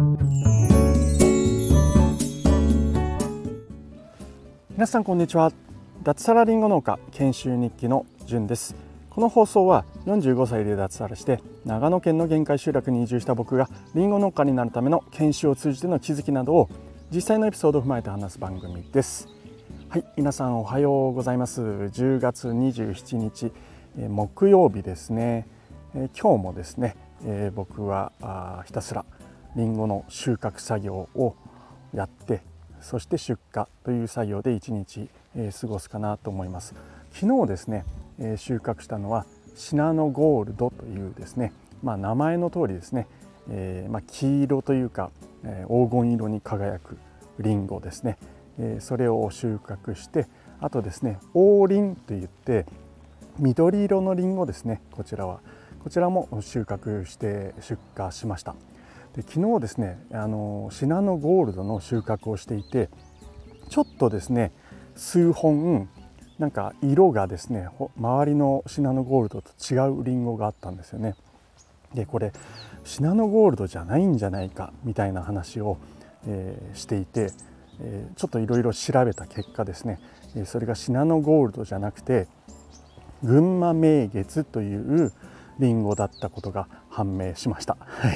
皆さんこんにちは。脱サラリンゴ農家研修日記のじゅんです。この放送は45歳で脱サラして長野県の限界集落に移住した僕がリンゴ農家になるための研修を通じての気づきなどを実際のエピソードを踏まえて話す番組です。はい、皆さんおはようございます。10月27日木曜日ですね。今日もですね、僕はひたすらリンゴの収穫作業をやって、そして出荷という作業で1日過ごすかなと思います。昨日ですね、収穫したのはシナノゴールドというですね、名前の通りですね、黄色というか黄金色に輝くリンゴですね。それを収穫して、あとですね黄リンといって緑色のリンゴですね。こちらも収穫して出荷しました。で昨日ですねシナノゴールドの収穫をしていて、ちょっとですね数本なんか色がですね周りのシナノゴールドと違うリンゴがあったんですよね。でこれシナノゴールドじゃないんじゃないかみたいな話を、していて、ちょっといろいろ調べた結果ですね、それがシナノゴールドじゃなくて群馬名月というリンゴだったことが判明しました。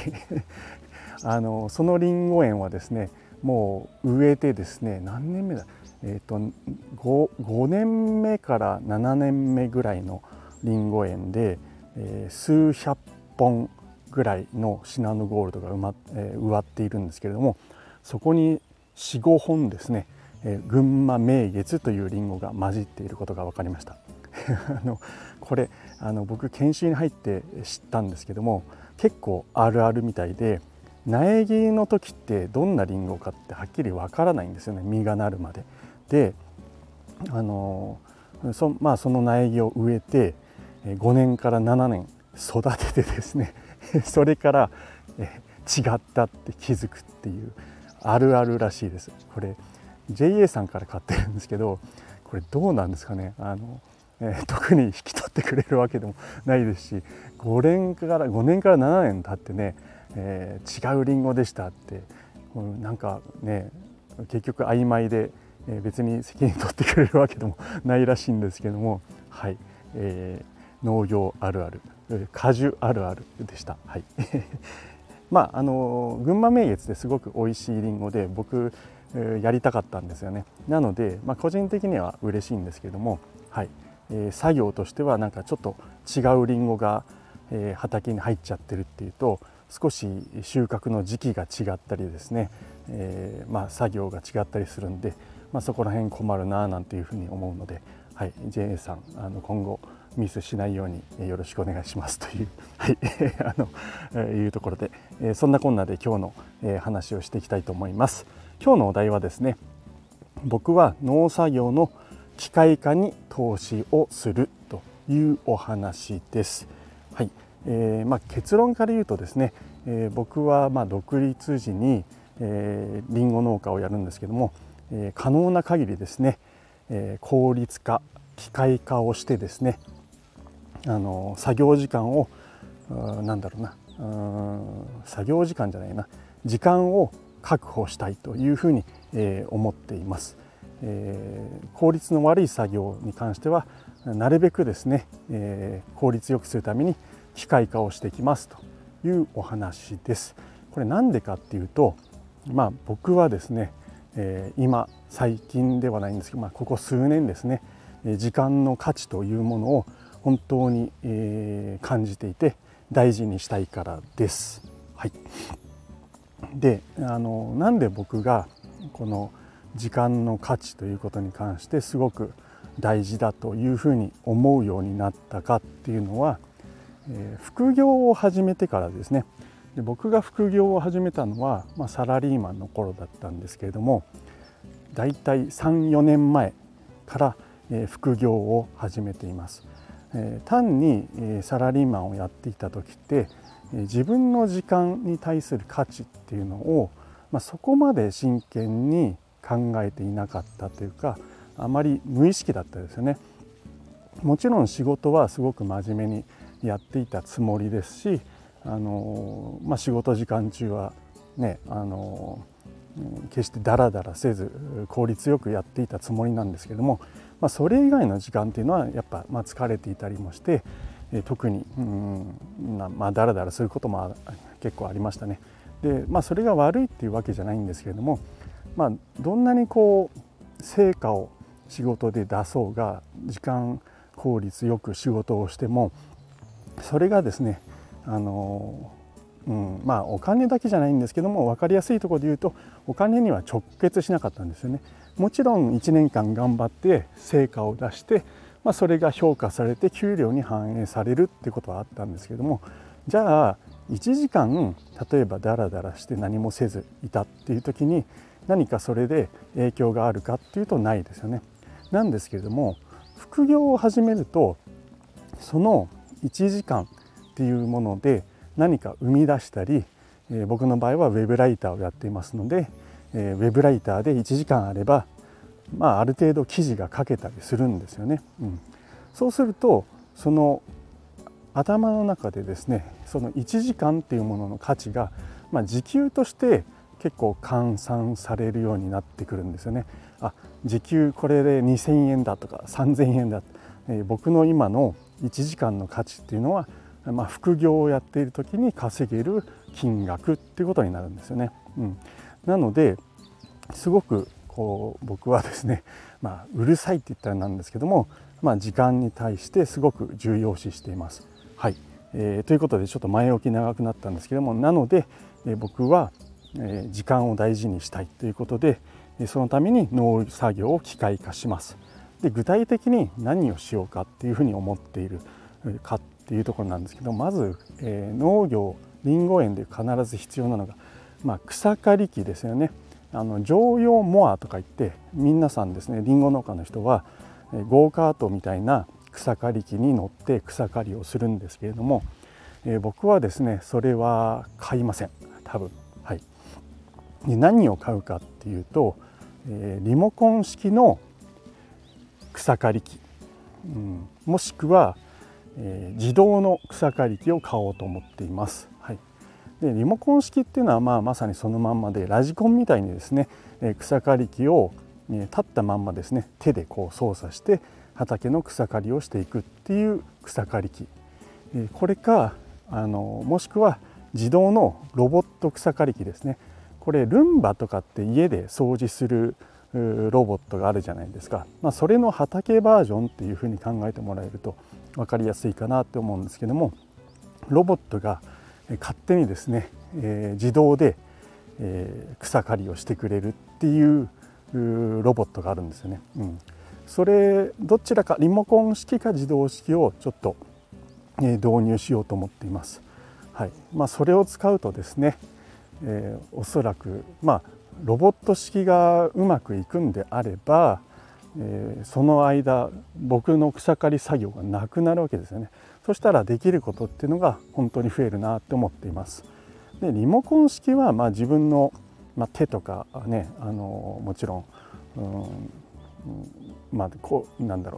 そのリンゴ園はですねもう植えてですね何年目だ、5年目から7年目ぐらいのリンゴ園で、数百本ぐらいのシナノゴールドが植わっているんですけれども、そこに 4,5 本ですね、群馬名月というリンゴが混じっていることが分かりました。これ僕研修に入って知ったんですけども、結構あるあるみたいで、苗木の時ってどんなリンゴかってはっきりわからないんですよね、実がなるまで。でその苗木を植えて5年から7年育ててですねそれから違ったって気づくっていうあるあるらしいです。これ JA さんから買ってるんですけど、これどうなんですかね。特に引き取ってくれるわけでもないですし、5年から7年経ってね、違うリンゴでしたってなんかね結局曖昧で、別に責任取ってくれるわけでもないらしいんですけども、はい、農業あるある、果樹あるあるでした。はい群馬名月ですごく美味しいリンゴで僕やりたかったんですよね。なので、個人的には嬉しいんですけども、はい、作業としてはなんかちょっと違うリンゴが、畑に入っちゃってるっていうと少し収穫の時期が違ったりですね、作業が違ったりするんで、そこら辺困るななんていうふうに思うので、はい、JA さん今後ミスしないようによろしくお願いしますという、はい、いうところで、そんなこんなで今日の話をしていきたいと思います。今日のお題はですね、僕は農作業の機械化に投資をするというお話です。はい、結論から言うとですね、僕は独立時にリンゴ農家をやるんですけども、可能な限りですね、効率化機械化をしてですね、作業時間を作業時間じゃないな時間を確保したいというふうに思っています。効率の悪い作業に関してはなるべくですね、効率よくするために機械化をしていきますというお話です。これなんでかっていうと、僕はですね、今最近ではないんですけど、ここ数年ですね、時間の価値というものを本当に感じていて大事にしたいからです。はい、でなんで僕がこの時間の価値ということに関してすごく大事だというふうに思うようになったかっていうのは、副業を始めてからですね。で僕が副業を始めたのは、サラリーマンの頃だったんですけれども、だいたい 3,4 年前から、副業を始めています。単に、サラリーマンをやっていた時って、自分の時間に対する価値っていうのを、そこまで真剣に考えていなかったというか、あまり無意識だったですよね。もちろん仕事はすごく真面目にやっていたつもりですし、仕事時間中はね決してダラダラせず効率よくやっていたつもりなんですけども、それ以外の時間っていうのはやっぱ、疲れていたりもして、特にダラダラすることも結構ありましたね。で、それが悪いっていうわけじゃないんですけれども、どんなに成果を仕事で出そうが時間効率よく仕事をしても、それがですねお金だけじゃないんですけども、分かりやすいところで言うとお金には直結しなかったんですよね。もちろん1年間頑張って成果を出して、それが評価されて給料に反映されるっていうことはあったんですけども、じゃあ1時間例えばダラダラして何もせずいたっていう時に何かそれで影響があるかっていうとないですよね。なんですけれども、副業を始めるとその1時間っていうもので何か生み出したり、僕の場合はウェブライターをやっていますので、ウェブライターで1時間あれば、ある程度記事が書けたりするんですよね。そうするとその頭の中でですね、その1時間っていうものの価値が、時給として結構換算されるようになってくるんですよね。時給これで2000円だとか3000円だ、僕の今の1時間の価値っていうのは、副業をやっている時に稼げる金額っていうことになるんですよね。なのですごく僕はですね、うるさいって言ったらなんですけども、時間に対してすごく重要視しています。はい、ということでちょっと前置き長くなったんですけども、なので、僕は、時間を大事にしたいということで、そのために農作業を機械化します。で、具体的に何をしようかっていうふうに思っているかっていうところなんですけど、まず、農業りんご園で必ず必要なのが、草刈り機ですよね。常用モアとか言って、皆さんですね、りんご農家の人はゴーカートみたいな草刈り機に乗って草刈りをするんですけれども、僕はですねそれは買いません、多分。はい。で、何を買うかっていうと、リモコン式の草刈り機、もしくは、自動の草刈り機を買おうと思っています。はい。で、リモコン式っていうのはまさにそのまんまで、ラジコンみたいにですね、草刈り機を立ったまんまですね、手で操作して畑の草刈りをしていくっていう草刈り機、これかもしくは自動のロボット草刈り機ですね。これルンバとかって家で掃除するロボットがあるじゃないですか。それの畑バージョンっていうふうに考えてもらえると分かりやすいかなと思うんですけども、ロボットが勝手にですね、自動で草刈りをしてくれるっていうロボットがあるんですよね。それどちらかリモコン式か自動式をちょっと導入しようと思っています。はい。それを使うとですね、おそらくロボット式がうまくいくんであれば、その間僕の草刈り作業がなくなるわけですよね。そしたらできることっていうのが本当に増えるなって思っています。で、リモコン式は自分の手とかね、もちろん、なんだろ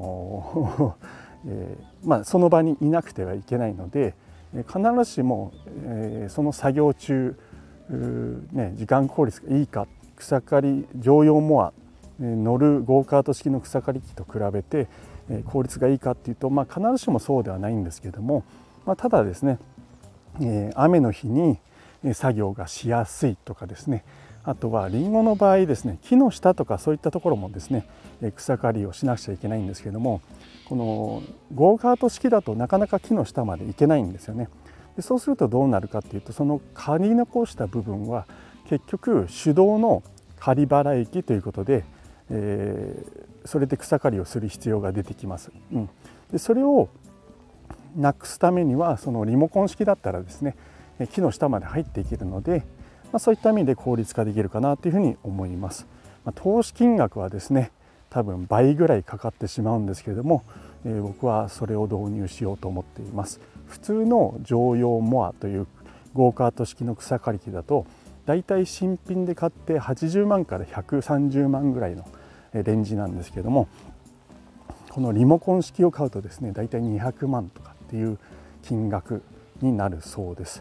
うその場にいなくてはいけないので、必ずしも、その作業中、時間効率がいいか、草刈り常用モア乗るゴーカート式の草刈り機と比べて効率がいいかっていうと、必ずしもそうではないんですけども、ただですね、雨の日に作業がしやすいとかですね、あとはリンゴの場合ですね、木の下とかそういったところもですね草刈りをしなくちゃいけないんですけども、このゴーカート式だとなかなか木の下まで行けないんですよね。で、そうするとどうなるかっていうと、その刈り残した部分は結局手動の刈り払い機ということで、それで草刈りをする必要が出てきます。で、それをなくすためにはそのリモコン式だったらですね木の下まで入っていけるので、そういった意味で効率化できるかなというふうに思います。投資金額はですね多分倍ぐらいかかってしまうんですけれども、僕はそれを導入しようと思っています。普通の常用モアというゴーカート式の草刈り機だとだいたい新品で買って80万から130万ぐらいのレンジなんですけれども、このリモコン式を買うとですねだいたい200万とかっていう金額になるそうです。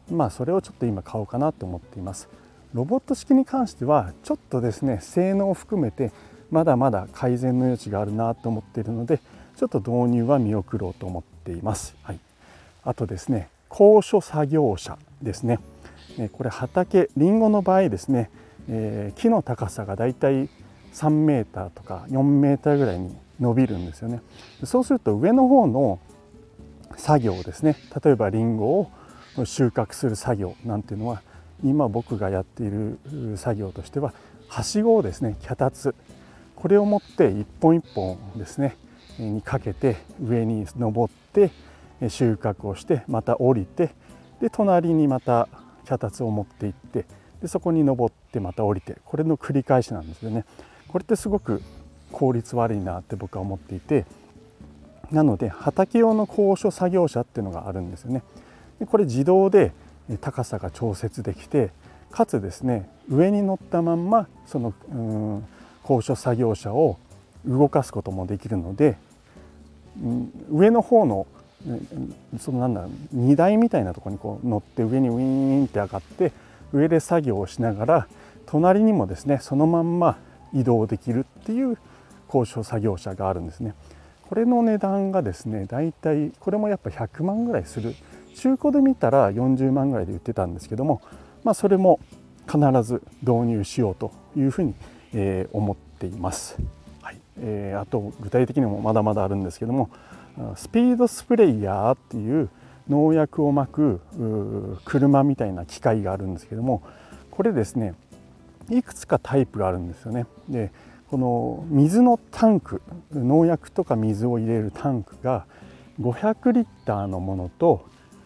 それをちょっと今買おうかなと思っています。ロボット式に関してはちょっとですね、性能を含めてまだまだ改善の余地があるなと思っているので、ちょっと導入は見送ろうと思っています。はい、あとですね、高所作業車ですね。これ畑、リンゴの場合ですね、木の高さがだいたい3メーターとか4メーターぐらいに伸びるんですよね。そうすると上の方の作業ですね、例えばリンゴを収穫する作業なんていうのは、今僕がやっている作業としては、はしごをですね、脚立、これを持って一本一本ですねにかけて上に登って収穫をして、また降りて、で隣にまた脚立を持っていって、でそこに登ってまた降りて、これの繰り返しなんですよね。これってすごく効率悪いなって僕は思っていて、なので畑用の高所作業車っていうのがあるんですよね。でこれ自動で高さが調節できて、かつですね、上に乗ったまんまその高所作業車を動かすこともできるので、上の方のその荷台みたいなところにこう乗って上にウィーンって上がって上で作業をしながら、隣にもですねそのまんま移動できるっていう高所作業車があるんですね。これの値段がですね、だいたいこれもやっぱ100万ぐらいする、中古で見たら40万ぐらいで売ってたんですけども、それも必ず導入しようというふうに思っています。はい、あと具体的にもまだまだあるんですけども、スピードスプレイヤーっていう農薬をまく車みたいな機械があるんですけども、これですね、いくつかタイプがあるんですよね。でこの水のタンク、農薬とか水を入れるタンクが500リッターのものと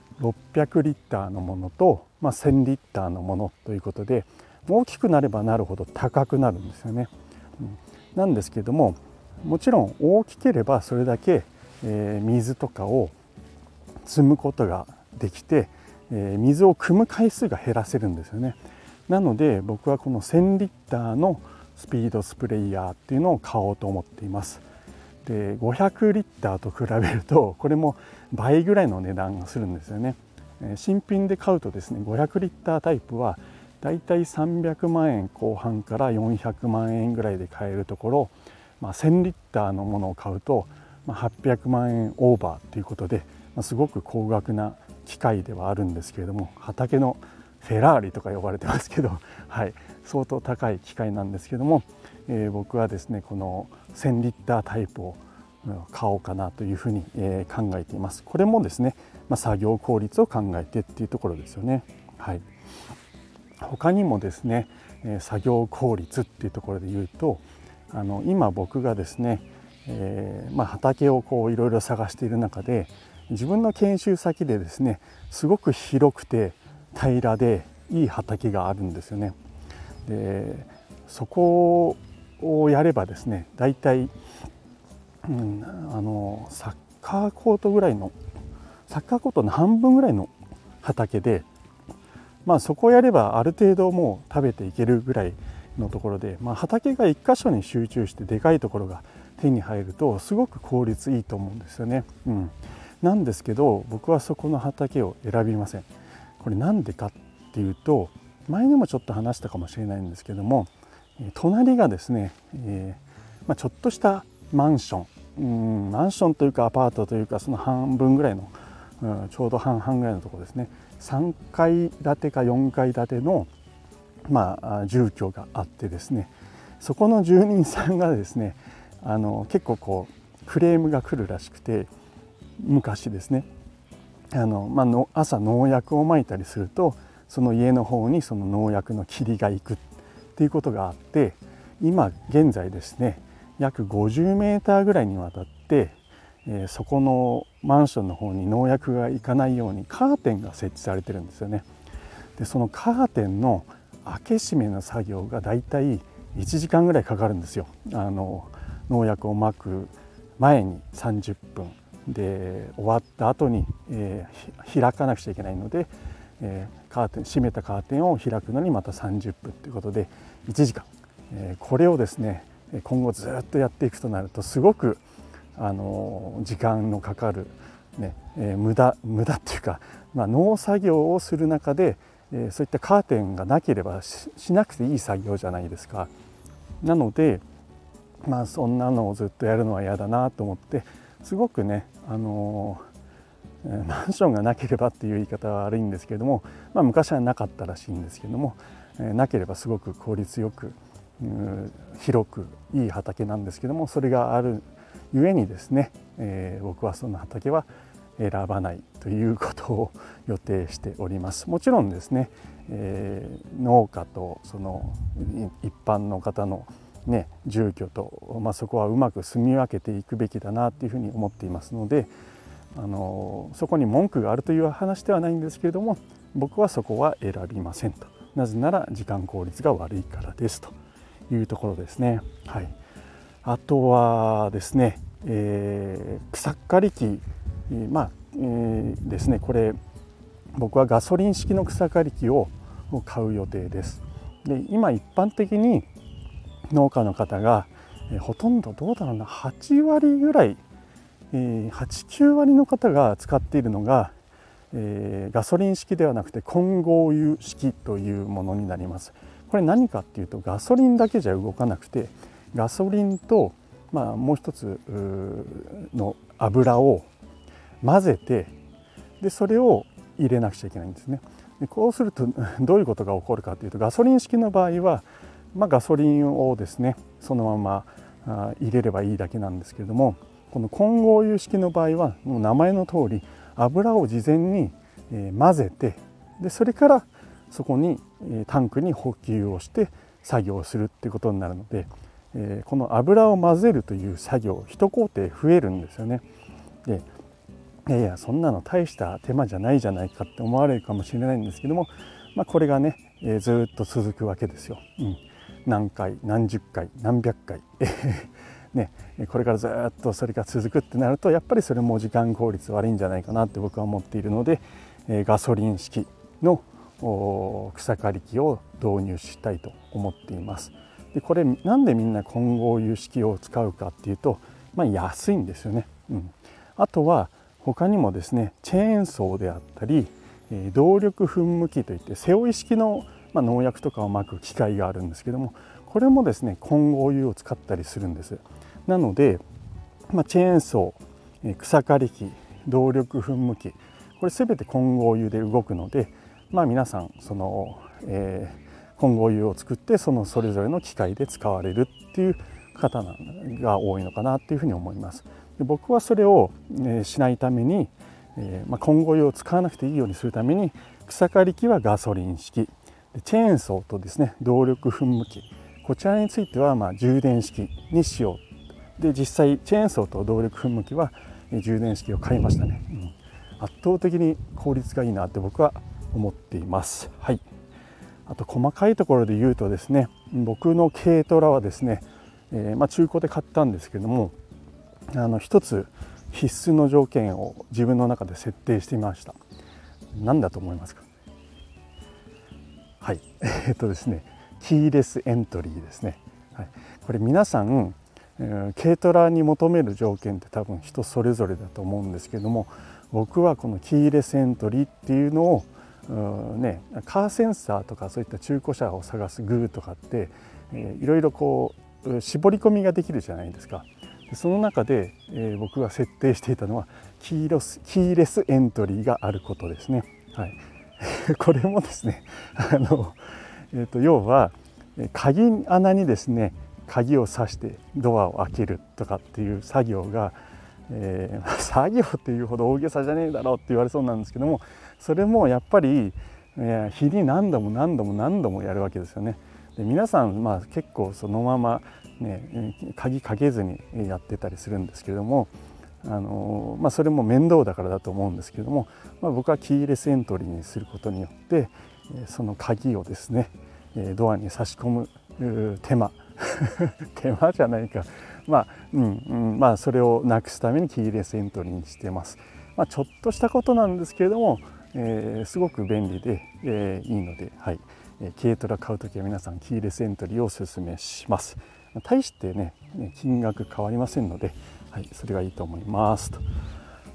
600リッターのものと、1000リッターのものということで、大きくなればなるほど高くなるんですよね。なんですけども、もちろん大きければそれだけ水とかを積むことができて、水を汲む回数が減らせるんですよね。なので僕はこの1000リッターのスピードスプレイヤーっていうのを買おうと思っています。で500リッターと比べるとこれも倍ぐらいの値段がするんですよね。新品で買うとですね、500リッタータイプはだいたい300万円後半から400万円ぐらいで買えるところ、1000リッターのものを買うと800万円オーバーということで、すごく高額な機械ではあるんですけれども、畑のフェラーリとか呼ばれてますけど、はい、相当高い機械なんですけども、僕はですねこの1000リッタータイプを買おうかなというふうに考えています。これもですね、作業効率を考えてっていうところですよね。はい、他にもですね、作業効率っていうところで言うと、今僕がですね、畑をこういろいろ探している中で、自分の研修先でですねすごく広くて平らでいい畑があるんですよね。でそこをやればですね、だいたいサッカーコートぐらいの、サッカーコートの半分ぐらいの畑で、そこをやればある程度もう食べていけるぐらいのところで、畑が一箇所に集中してでかいところが手に入るとすごく効率いいと思うんですよね。なんですけど僕はそこの畑を選びません。これなんでかっていうと、前にもちょっと話したかもしれないんですけども、隣がですね、ちょっとしたマンションというかアパートというか、その半分ぐらいの、ちょうど半々ぐらいのところですね、3階建てか4階建ての、住居があってですね、そこの住人さんがですね、結構こうクレームが来るらしくて、昔ですね、朝農薬をまいたりするとその家の方にその農薬の霧が行くっていうことがあって、今現在ですね約50メーターぐらいにわたって、そこのマンションの方に農薬が行かないようにカーテンが設置されてるんですよね。でそのカーテンの開け閉めの作業がだいたい1時間ぐらいかかるんですよ。農薬をまく前に30分で、終わった後に、開かなくちゃいけないので、閉めたカーテンを開くのにまた30分ということで1時間、これをですね今後ずっとやっていくとなるとすごく時間のかかる無駄っていうか、農作業をする中で、そういったカーテンがなければ しなくていい作業じゃないですか。なのでそんなのをずっとやるのは嫌だなと思って、すごくね、マンションがなければっていう言い方は悪いんですけれども、昔はなかったらしいんですけれども、なければすごく効率よく広くいい畑なんですけども、それがあるゆえにですね、僕はその畑は選ばないということを予定しております。もちろんですね、農家とその一般の方の住居と、そこはうまく住み分けていくべきだなというふうに思っていますので、そこに文句があるという話ではないんですけれども、僕はそこは選びませんと。なぜなら時間効率が悪いからですというところですね。はい、あとはですね、草刈り機、ですね、これ僕はガソリン式の草刈り機を買う予定です。で、今一般的に農家の方がほとんどどうだろうな、8割ぐらい、8、9割の方が使っているのが、ガソリン式ではなくて混合油式というものになります。これ何かっていうと、ガソリンだけじゃ動かなくて、ガソリンと、もう一つの油を混ぜて、でそれを入れなくちゃいけないんですね。でこうするとどういうことが起こるかというと、ガソリン式の場合は、ガソリンをですねそのまま入れればいいだけなんですけれども、この混合油式の場合はもう名前の通り油を事前に混ぜて、でそれからそこにタンクに補給をして作業をするっていうことになるので、この油を混ぜるという作業一工程増えるんですよね。でいやそんなの大した手間じゃないじゃないかって思われるかもしれないんですけども、これがね、ずっと続くわけですよ。何回何十回何百回これからずっとそれが続くってなると、やっぱりそれも時間効率悪いんじゃないかなって僕は思っているので、ガソリン式の草刈り機を導入したいと思っています。でこれなんでみんな混合油式を使うかっていうと、安いんですよね。あとは他にもですね、チェーンソーであったり動力噴霧器といって背負い式の農薬とかをまく機械があるんですけども、これもですね混合油を使ったりするんです。なので、チェーンソー、草刈り機、動力噴霧器、これ全て混合油で動くので、皆さんその、混合油を作ってそれぞれの機械で使われるっていう方が多いのかなというふうに思います。で僕はそれを、しないために、混合油を使わなくていいようにするために、草刈り機はガソリン式、チェーンソーとですね動力噴霧器、こちらについては充電式にしよう。で実際チェーンソーと動力噴霧器は充電式を買いましたね。圧倒的に効率がいいなって僕は思っています。はい。あと細かいところで言うとですね、僕の軽トラはですね、中古で買ったんですけども、一つ必須の条件を自分の中で設定してみました。何だと思いますか？はい、ですね、キーレスエントリーですね。はい、これ皆さん、軽トラに求める条件って多分人それぞれだと思うんですけども、僕はこのキーレスエントリーっていうのをカーセンサーとかそういった中古車を探すグーとかって、いろいろこう絞り込みができるじゃないですか。その中で、僕が設定していたのはキーレスエントリーがあることですね。はい、これもですね要は鍵穴にですね鍵を挿してドアを開けるとかっていう作業が、作業っていうほど大げさじゃねえだろうって言われそうなんですけども、それもやっぱり、日に何度もやるわけですよね。で皆さん、結構そのまま、鍵かけずにやってたりするんですけれども、それも面倒だからだと思うんですけれども、僕はキーレスエントリーにすることによってその鍵をですねドアに差し込む手間手間じゃないか、それをなくすためにキーレスエントリーにしています。ちょっとしたことなんですけれども、すごく便利で、いいので、はい、軽トラ買うときは皆さんキーレスエントリーをお勧めします。大してね金額変わりませんので、はい、それがいいと思いますと。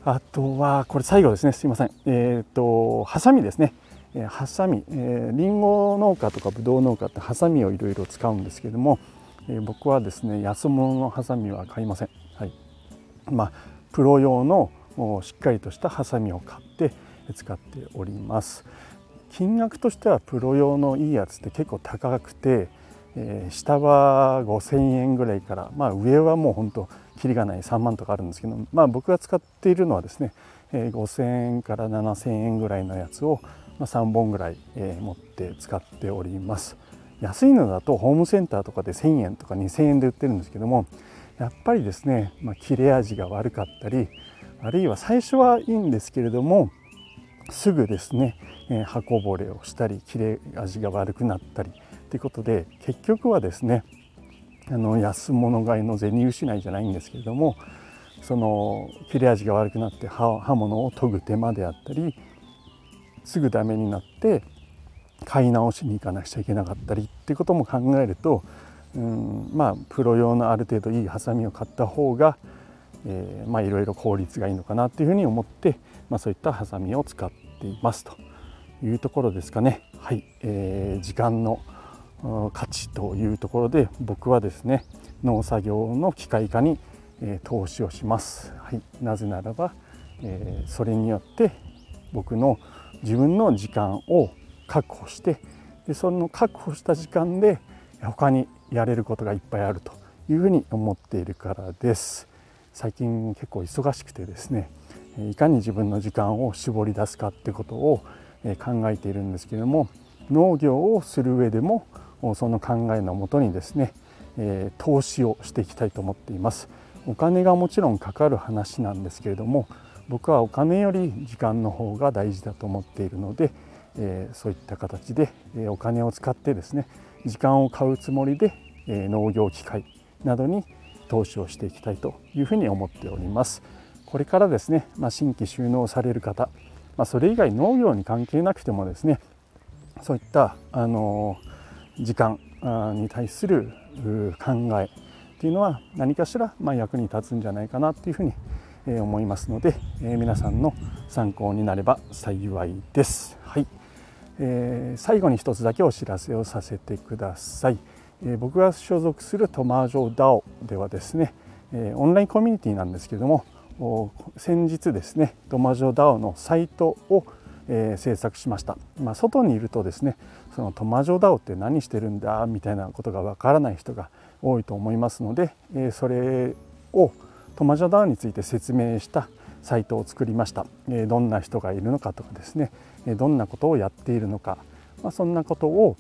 あとはこれ最後ですね、すいません。ハサミですね。ハサミ、リンゴ農家とかブドウ農家ってハサミをいろいろ使うんですけれども、僕はですね安物のハサミは買いません。はい。プロ用のしっかりとしたハサミを買って使っております。金額としてはプロ用のいいやつって結構高くて、下は5000円ぐらいから、上はもう本当キリがない3万とかあるんですけど、僕が使っているのはですね、5000円から7000円ぐらいのやつを、3本ぐらい、持って使っております。安いのだとホームセンターとかで1000円とか2000円で売ってるんですけども、やっぱりですね、切れ味が悪かったり、あるいは最初はいいんですけれどもすぐですね、刃こぼれをしたり切れ味が悪くなったりということで、結局はですね安物買いの銭失いじゃないんですけれども、その切れ味が悪くなって刃物を研ぐ手間であったり、すぐダメになって買い直しに行かなくちゃいけなかったりっていうことも考えると、プロ用のある程度いいハサミを買った方がいろいろ効率がいいのかなというふうに思って、そういったハサミを使っていますというところですかね。はい、時間の価値というところで僕はですね農作業の機械化に、投資をします。はい、なぜならば、それによって僕の自分の時間を確保して、でその確保した時間で他にやれることがいっぱいあるというふうに思っているからです。最近結構忙しくてですね、いかに自分の時間を絞り出すかってことを考えているんですけれども、農業をする上でもその考えのもとにですね、投資をしていきたいと思っています。お金がもちろんかかる話なんですけれども、僕はお金より時間の方が大事だと思っているので、そういった形でお金を使ってですね時間を買うつもりで農業機械などに投資をしていきたいというふうに思っております。これからですね、新規収納される方、それ以外農業に関係なくてもですね、そういった時間に対する考えというのは何かしら役に立つんじゃないかなというふうに思いますので、皆さんの参考になれば幸いです。はい、最後に一つだけお知らせをさせてください。僕が所属するトマジョ DAO ではですね、オンラインコミュニティなんですけれども、先日ですねトマジョ DAO のサイトを制作しました。外にいるとですね、そのトマジョ DAO って何してるんだみたいなことがわからない人が多いと思いますので、それをトマジョ DAO について説明したサイトを作りました。どんな人がいるのかとかですね、どんなことをやっているのか、そんなことを、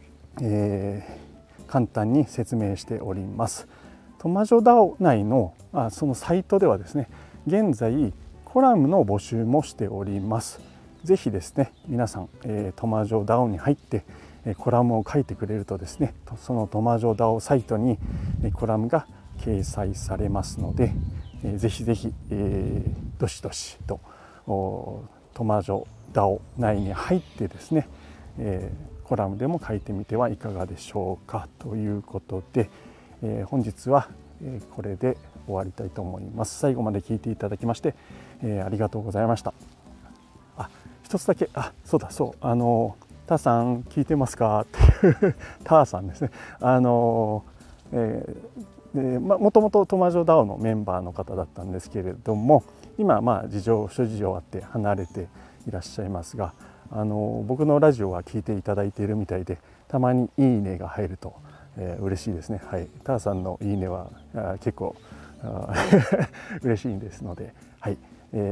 簡単に説明しております。トマジョ DAO 内のそのサイトではですね、現在コラムの募集もしております。ぜひですね皆さん、トマジョ DAO に入ってコラムを書いてくれるとですね、そのトマジョ DAO サイトにコラムが掲載されますので、ぜひぜひ、どしどしとトマジョ DAO 内に入ってですね、コラムでも書いてみてはいかがでしょうかということで、本日はこれで終わりたいと思います。最後まで聞いていただきまして、ありがとうございました。一つだけそうターさん聞いてますかっていうターさんですね。もともとトマジョ DAO のメンバーの方だったんですけれども、今諸事情あって離れていらっしゃいますが、僕のラジオは聞いていただいているみたいで、たまにいいねが入ると、嬉しいですね。はい、ターさんのいいねは結構嬉しいんですので、はい、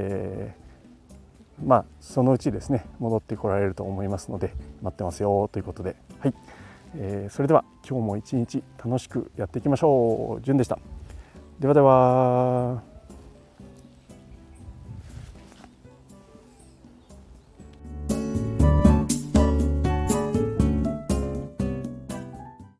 そのうちですね戻ってこられると思いますので待ってますよということで、はい、それでは今日も一日楽しくやっていきましょう。じゅんでした。ではでは。